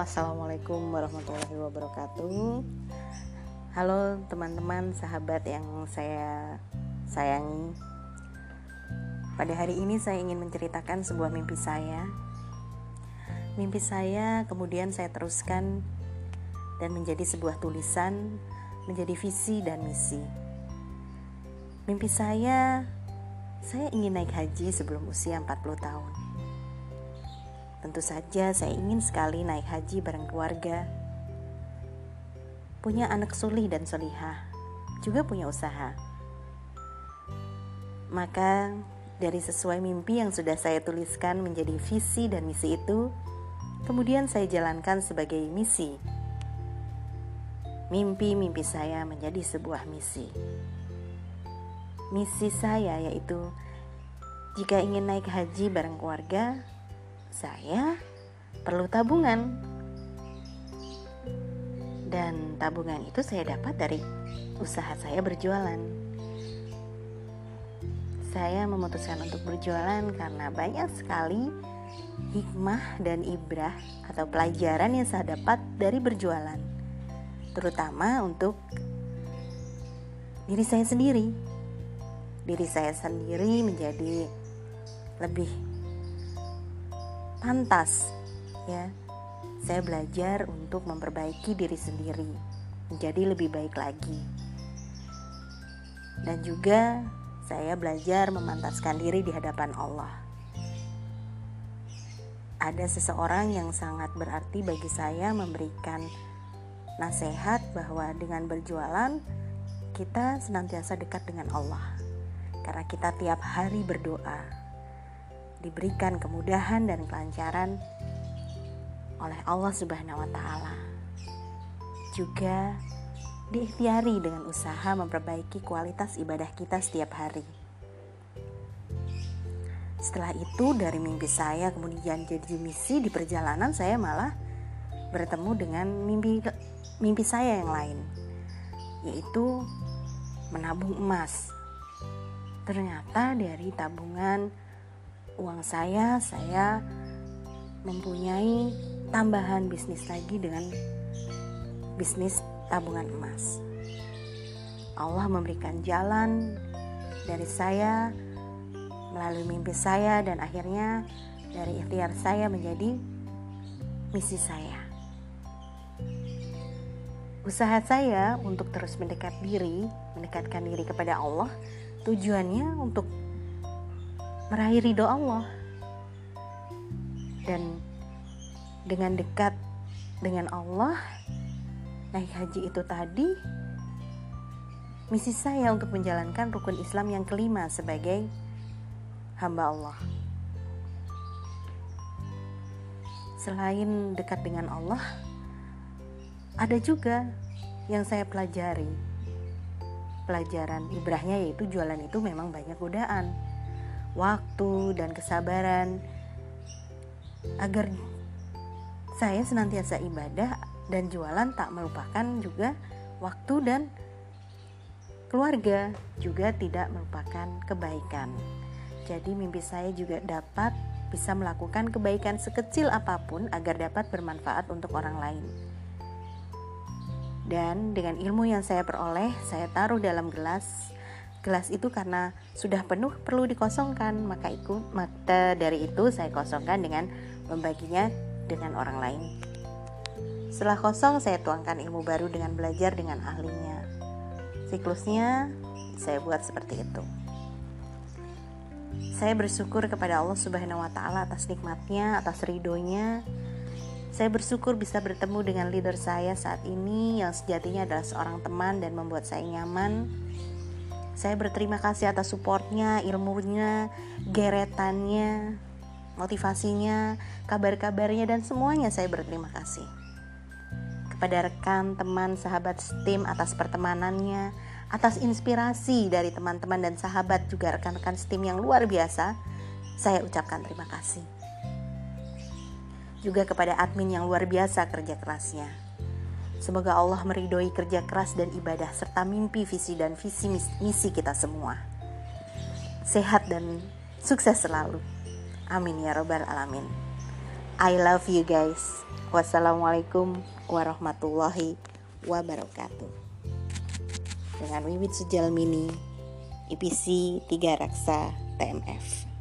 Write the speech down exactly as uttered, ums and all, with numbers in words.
Assalamualaikum warahmatullahi wabarakatuh. Halo teman-teman, sahabat yang saya sayangi. Pada hari ini saya ingin menceritakan sebuah mimpi saya. Mimpi saya kemudian saya teruskan dan menjadi sebuah tulisan, menjadi visi dan misi. Mimpi saya, saya ingin naik haji sebelum usia empat puluh tahun. Tentu saja saya ingin sekali naik haji bareng keluarga, punya anak solih dan solihah, juga punya usaha. Maka dari sesuai mimpi yang sudah saya tuliskan menjadi visi dan misi itu, kemudian saya jalankan sebagai misi. Mimpi-mimpi saya menjadi sebuah misi. Misi saya yaitu, jika ingin naik haji bareng keluarga, saya perlu tabungan. Dan tabungan itu saya dapat dari usaha saya berjualan. Saya memutuskan untuk berjualan karena banyak sekali hikmah dan ibrah atau pelajaran yang saya dapat dari berjualan, terutama untuk diri saya sendiri. Diri saya sendiri menjadi lebih pantas, ya. Saya belajar untuk memperbaiki diri sendiri menjadi lebih baik lagi. Dan juga saya belajar memantaskan diri di hadapan Allah. Ada seseorang yang sangat berarti bagi saya memberikan nasihat bahwa dengan berjualan kita senantiasa dekat dengan Allah. Karena kita tiap hari berdoa, diberikan kemudahan dan kelancaran oleh Allah Subhanahu wa Ta'ala. Juga diikhtiari dengan usaha memperbaiki kualitas ibadah kita setiap hari. Setelah itu dari mimpi saya kemudian jadi misi, di perjalanan saya malah bertemu dengan mimpi mimpi saya yang lain, yaitu menabung emas. Ternyata dari tabungan uang saya, saya mempunyai tambahan bisnis lagi dengan bisnis tabungan emas. Allah memberikan jalan dari saya, melalui mimpi saya, dan akhirnya dari ikhtiar saya menjadi misi saya. Usaha saya untuk terus mendekat diri, mendekatkan diri kepada Allah, tujuannya untuk meraih ridho Allah. Dan dengan dekat dengan Allah, naik haji itu tadi misi saya untuk menjalankan rukun Islam yang kelima sebagai hamba Allah. Selain dekat dengan Allah, ada juga yang saya pelajari. Pelajaran ibrahnya yaitu jualan itu memang banyak godaan, waktu dan kesabaran. Agar saya senantiasa ibadah dan jualan tak melupakan juga waktu dan keluarga, juga tidak melupakan kebaikan. Jadi mimpi saya juga dapat bisa melakukan kebaikan sekecil apapun agar dapat bermanfaat untuk orang lain. Dan dengan ilmu yang saya peroleh, saya taruh dalam gelas. Gelas itu karena sudah penuh perlu dikosongkan, maka itu maka dari itu saya kosongkan dengan membaginya dengan orang lain. Setelah kosong, saya tuangkan ilmu baru dengan belajar dengan ahlinya. Siklusnya saya buat seperti itu. Saya bersyukur kepada Allah Subhanahu wa Ta'ala atas nikmatnya, atas ridhonya. Saya bersyukur bisa bertemu dengan leader saya saat ini yang sejatinya adalah seorang teman dan membuat saya nyaman. Saya berterima kasih atas supportnya, ilmunya, geretannya, motivasinya, kabar-kabarnya, dan semuanya saya berterima kasih. Kepada rekan, teman, sahabat STEAM atas pertemanannya, atas inspirasi dari teman-teman dan sahabat, juga rekan-rekan STEAM yang luar biasa, saya ucapkan terima kasih. Juga kepada admin yang luar biasa kerja kerasnya. Semoga Allah meridhoi kerja keras dan ibadah serta mimpi, visi dan visi misi kita semua. Sehat dan sukses selalu. Amin ya robbal alamin. I love you guys. Wassalamualaikum warahmatullahi wabarakatuh. Dengan Wiwit Sujalmini, I P C tiga Raksa T M F.